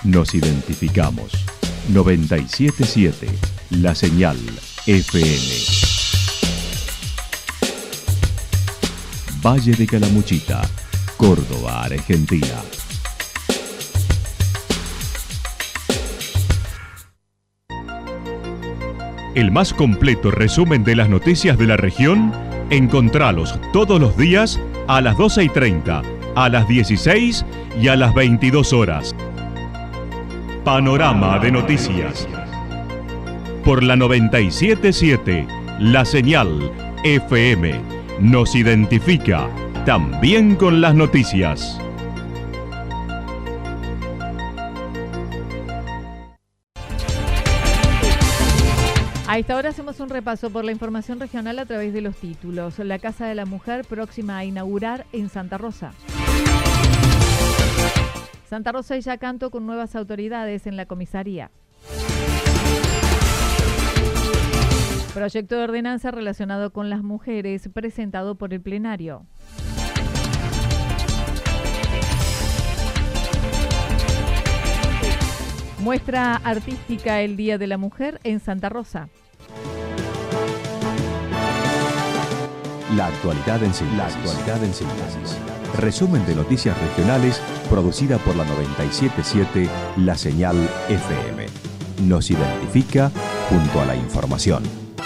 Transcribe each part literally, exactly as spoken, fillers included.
Nos identificamos. noventa y siete punto siete, La Señal F M. Valle de Calamuchita, Córdoba, Argentina. El más completo resumen de las noticias de la región, encontralos todos los días a las doce y treinta, a las dieciséis y a las veintidós horas. Panorama de noticias. Por la noventa y siete punto siete, La Señal F M. Nos identifica también con las noticias. A esta hora hacemos un repaso por la información regional a través de los títulos. La Casa de la Mujer próxima a inaugurar en Santa Rosa. Santa Rosa y Yacanto con nuevas autoridades en la comisaría. Proyecto de ordenanza relacionado con las mujeres presentado por el plenario. Muestra artística el Día de la Mujer en Santa Rosa. La actualidad en síntesis. La actualidad en síntesis. Resumen de noticias regionales producida por la noventa y siete punto siete La Señal F M. Nos identifica junto a la información.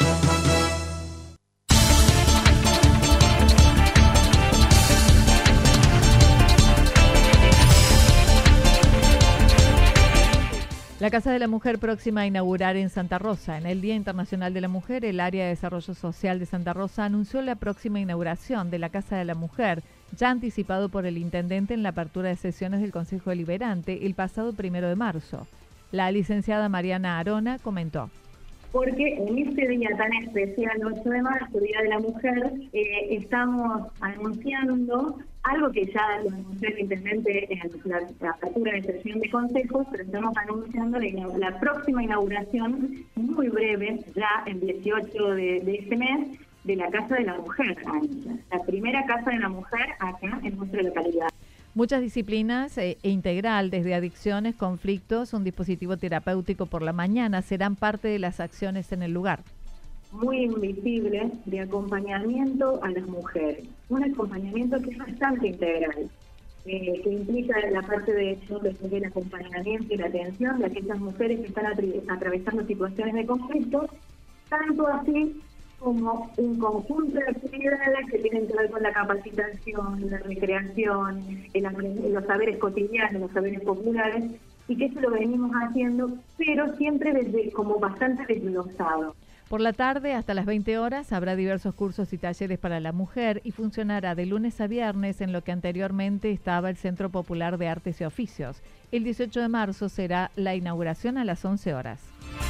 La Casa de la Mujer próxima a inaugurar en Santa Rosa. En el Día Internacional de la Mujer, el Área de Desarrollo Social de Santa Rosa anunció la próxima inauguración de la Casa de la Mujer, ya anticipado por el intendente en la apertura de sesiones del Consejo Deliberante el pasado primero de marzo. La licenciada Mariana Arona comentó. Porque en este día tan especial, ocho de marzo, Día de la Mujer, eh, estamos anunciando algo que ya lo anunció el intendente en la, la apertura de sesión de consejos, pero estamos anunciando la, la próxima inauguración, muy breve, ya el dieciocho de, de este mes, de la Casa de la Mujer, la primera Casa de la Mujer acá en nuestra localidad. Muchas disciplinas e integral, desde adicciones, conflictos, un dispositivo terapéutico por la mañana, serán parte de las acciones en el lugar. Muy invisible de acompañamiento a las mujeres. Un acompañamiento que es bastante integral, eh, que implica la parte de hecho del acompañamiento y la atención de aquellas mujeres que están atravesando situaciones de conflicto, tanto así como un conjunto de actividades que tienen que ver con la capacitación, la recreación, el, los saberes cotidianos, los saberes populares, y que eso lo venimos haciendo, pero siempre desde como bastante desglosado. Por la tarde, hasta las veinte horas, habrá diversos cursos y talleres para la mujer y funcionará de lunes a viernes en lo que anteriormente estaba el Centro Popular de Artes y Oficios. El dieciocho de marzo será la inauguración a las once horas.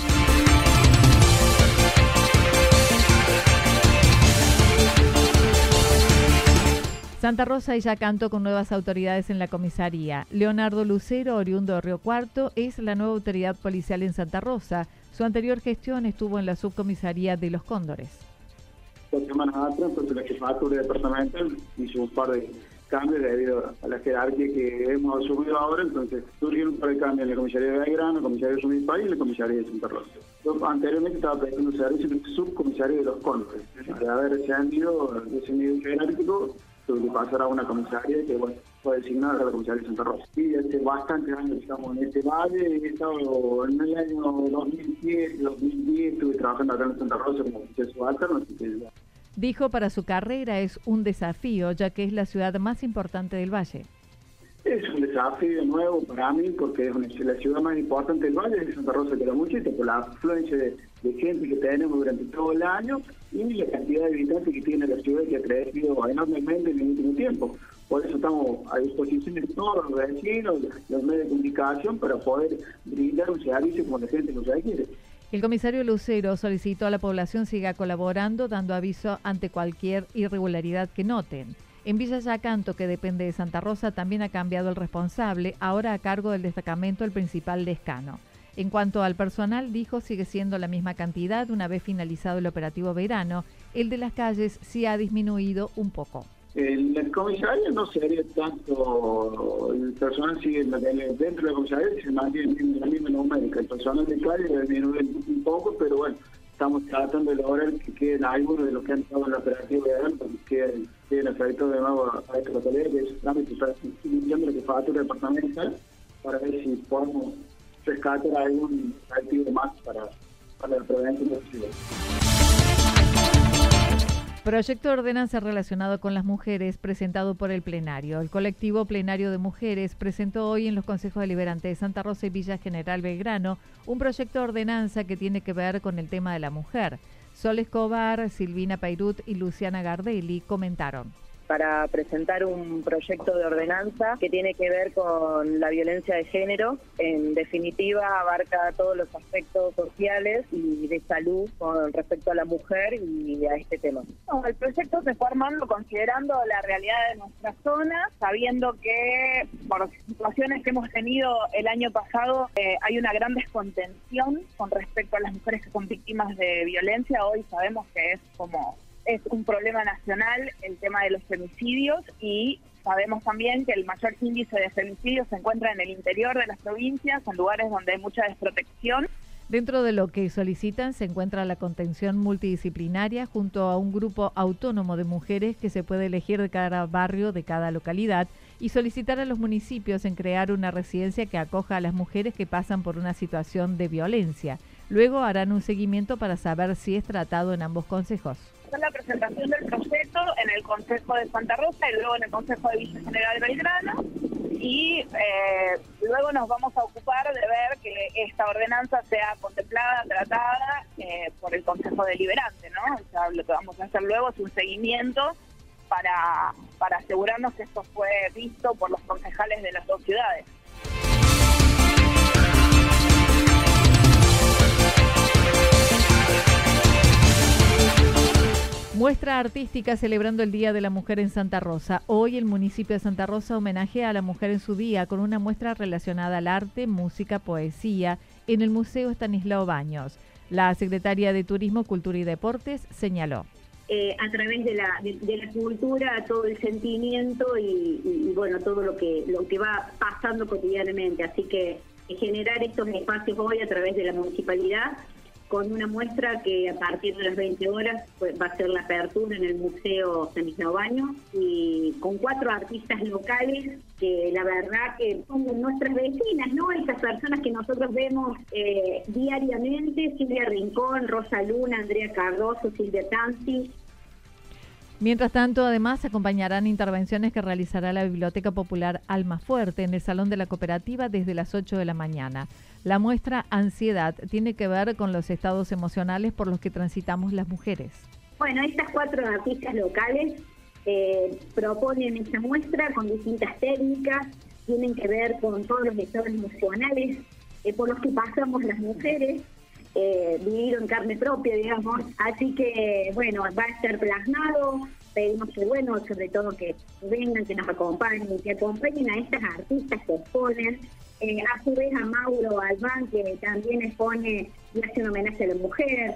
Santa Rosa y Yacanto con nuevas autoridades en la comisaría. Leonardo Lucero, oriundo de Río Cuarto, es la nueva autoridad policial en Santa Rosa. Su anterior gestión estuvo en la subcomisaría de Los Cóndores. Dos semanas atrás, entonces la jefatura departamental hizo un par de cambios debido a la jerarquía que hemos asumido ahora, entonces surgieron un par de cambios en la comisaría de Belgrano, la comisaría de Subispay y la comisaría de Santa Rosa. Yo anteriormente estaba prestando servicio en el subcomisaría de Los Cóndores. De haber descendido ese nivel jerárquico, tuve que pasar a una comisaría que bueno, fue designada a la comisaría de Santa Rosa. Y hace bastantes años que estamos en este valle, he estado en el año dos mil siete, dos mil diez, estuve trabajando acá en Santa Rosa como oficial subalterno, así que ya. Dijo para su carrera es un desafío, ya que es la ciudad más importante del valle. Es un desafío nuevo para mí porque es una, la ciudad más importante del valle, es Santa Rosa de Calamuchita, por la afluencia de, de gente que tenemos durante todo el año y la cantidad de habitantes que tiene la ciudad, que ha crecido enormemente en el último tiempo. Por eso estamos a disposición de todos los vecinos, los medios de comunicación, para poder brindar un servicio como la gente nos requiere. El comisario Lucero solicitó a la población siga colaborando, dando aviso ante cualquier irregularidad que noten. En Villa Yacanto, que depende de Santa Rosa, también ha cambiado el responsable, ahora a cargo del destacamento el principal Lescano. En cuanto al personal, dijo, sigue siendo la misma cantidad una vez finalizado el operativo verano. El de las calles sí ha disminuido un poco. El comisario no sería tanto, el personal sigue dentro de la comisaría, se mantiene en la misma numérica, el personal de calle disminuye un poco, pero bueno, estamos tratando de lograr que queden algunos de los que han estado en la operativa de adentro, que queden afectados de nuevo a esta localidad, que es trámite de la jefatura departamental, para ver si podemos rescatar algún activo más para, para la prevención de accidentes. Proyecto de ordenanza relacionado con las mujeres presentado por el plenario. El colectivo plenario de mujeres presentó hoy en los consejos deliberantes de Santa Rosa y Villa General Belgrano un proyecto de ordenanza que tiene que ver con el tema de la mujer. Sol Escobar, Silvina Pairut y Luciana Gardelli comentaron. Para presentar un proyecto de ordenanza que tiene que ver con la violencia de género. En definitiva, abarca todos los aspectos sociales y de salud con respecto a la mujer y a este tema. No, el proyecto se fue armando considerando la realidad de nuestra zona, sabiendo que por situaciones que hemos tenido el año pasado eh, hay una gran descontención con respecto a las mujeres que son víctimas de violencia. Hoy sabemos que es como... es un problema nacional el tema de los femicidios y sabemos también que el mayor índice de femicidios se encuentra en el interior de las provincias, en lugares donde hay mucha desprotección. Dentro de lo que solicitan se encuentra la contención multidisciplinaria junto a un grupo autónomo de mujeres que se puede elegir de cada barrio, de cada localidad, y solicitar a los municipios en crear una residencia que acoja a las mujeres que pasan por una situación de violencia. Luego harán un seguimiento para saber si es tratado en ambos consejos. La presentación del proyecto en el Consejo de Santa Rosa y luego en el Consejo de Villa General Belgrano y eh, luego nos vamos a ocupar de ver que esta ordenanza sea contemplada, tratada eh, por el Consejo Deliberante, ¿no? O sea, lo que vamos a hacer luego es un seguimiento para, para asegurarnos que esto fue visto por los concejales de las dos ciudades. Muestra artística celebrando el Día de la Mujer en Santa Rosa. Hoy el municipio de Santa Rosa homenajea a la mujer en su día con una muestra relacionada al arte, música, poesía en el Museo Estanislao Baños. La secretaria de Turismo, Cultura y Deportes señaló. Eh, a través de la, de, de la cultura, todo el sentimiento y, y, y bueno, todo lo que, lo que va pasando cotidianamente. Así que generar estos espacios hoy a través de la municipalidad con una muestra que a partir de las veinte horas pues, va a ser la apertura en el Museo Estanislao Baños y con cuatro artistas locales que la verdad que son nuestras vecinas, ¿no? Esas personas que nosotros vemos eh, diariamente, Silvia Rincón, Rosa Luna, Andrea Cardoso, Silvia Tanzi. Mientras tanto, además, acompañarán intervenciones que realizará la Biblioteca Popular Almafuerte en el Salón de la Cooperativa desde las ocho de la mañana. La muestra Ansiedad tiene que ver con los estados emocionales por los que transitamos las mujeres. Bueno, estas cuatro artistas locales eh, proponen esta muestra con distintas técnicas, tienen que ver con todos los estados emocionales eh, por los que pasamos las mujeres, eh, vivido en carne propia, digamos. Así que, bueno, va a estar plasmado. Pedimos que, bueno, sobre todo que vengan, que nos acompañen, que acompañen a estas artistas que exponen. Eh, a su vez a Mauro Albán, que también expone y hace un homenaje a la mujer.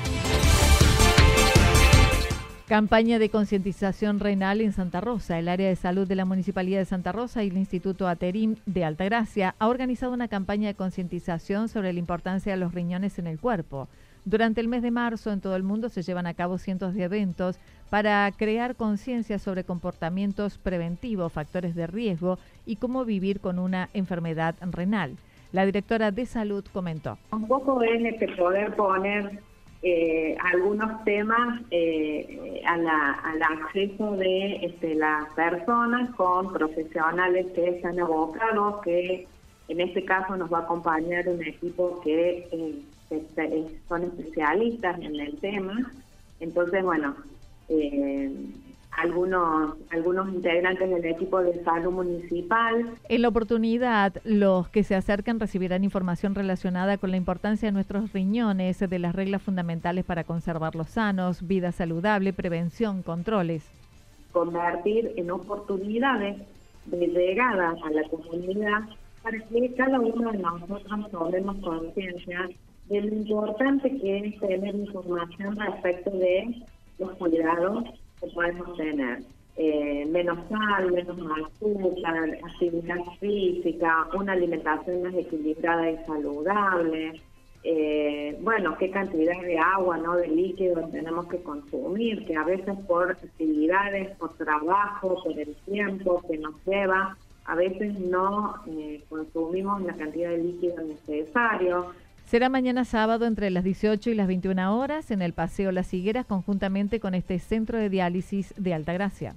Campaña de concientización renal en Santa Rosa. El área de salud de la Municipalidad de Santa Rosa y el Instituto Aterim de Altagracia ha organizado una campaña de concientización sobre la importancia de los riñones en el cuerpo. Durante el mes de marzo en todo el mundo se llevan a cabo cientos de eventos para crear conciencia sobre comportamientos preventivos, factores de riesgo y cómo vivir con una enfermedad renal. La directora de salud comentó. Un poco es este poder poner eh, algunos temas eh, a la, al acceso de este, las personas con profesionales que están abocados, que en este caso nos va a acompañar un equipo que eh, son especialistas en el tema. Entonces, bueno, eh, algunos algunos integrantes del equipo de salud municipal. En la oportunidad, los que se acercan recibirán información relacionada con la importancia de nuestros riñones, de las reglas fundamentales para conservarlos sanos, vida saludable, prevención, controles. Convertir en oportunidades de llegada a la comunidad para que cada uno de nosotros tomemos conciencia de lo importante que es tener información respecto de los cuidados que podemos tener. eh, menos sal, menos azúcar, actividad física, una alimentación más equilibrada y saludable. Eh, bueno, qué cantidad de agua, ¿no?, de líquidos tenemos que consumir, que a veces por actividades, por trabajo, por el tiempo que nos lleva, a veces no eh, consumimos la cantidad de líquido necesario. Será mañana sábado entre las dieciocho y las veintiuna horas en el Paseo Las Higueras, conjuntamente con este centro de diálisis de Altagracia.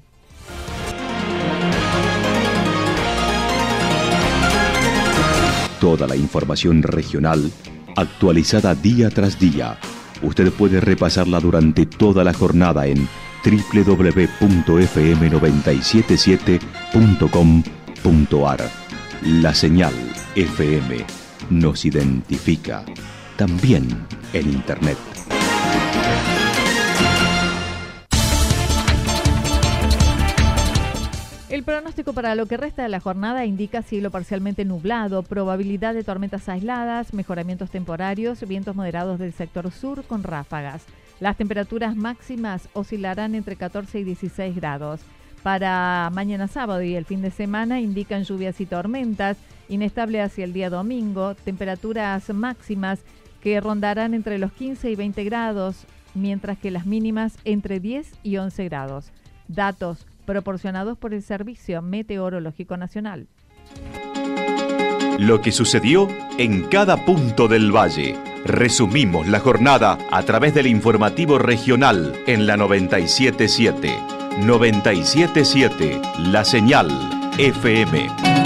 Toda la información regional actualizada día tras día. Usted puede repasarla durante toda la jornada en doble u doble u doble u punto efe eme noventa y siete siete punto com punto ar. La señal F M nos identifica también en Internet. El pronóstico para lo que resta de la jornada indica cielo parcialmente nublado, probabilidad de tormentas aisladas, mejoramientos temporarios, vientos moderados del sector sur con ráfagas. Las temperaturas máximas oscilarán entre catorce y dieciséis grados. Para mañana sábado y el fin de semana indican lluvias y tormentas, inestable hacia el día domingo, temperaturas máximas que rondarán entre los quince y veinte grados, mientras que las mínimas entre diez y once grados. Datos proporcionados por el Servicio Meteorológico Nacional. Lo que sucedió en cada punto del valle. Resumimos la jornada a través del informativo regional en la noventa y siete punto siete. noventa y siete punto siete, La Señal F M.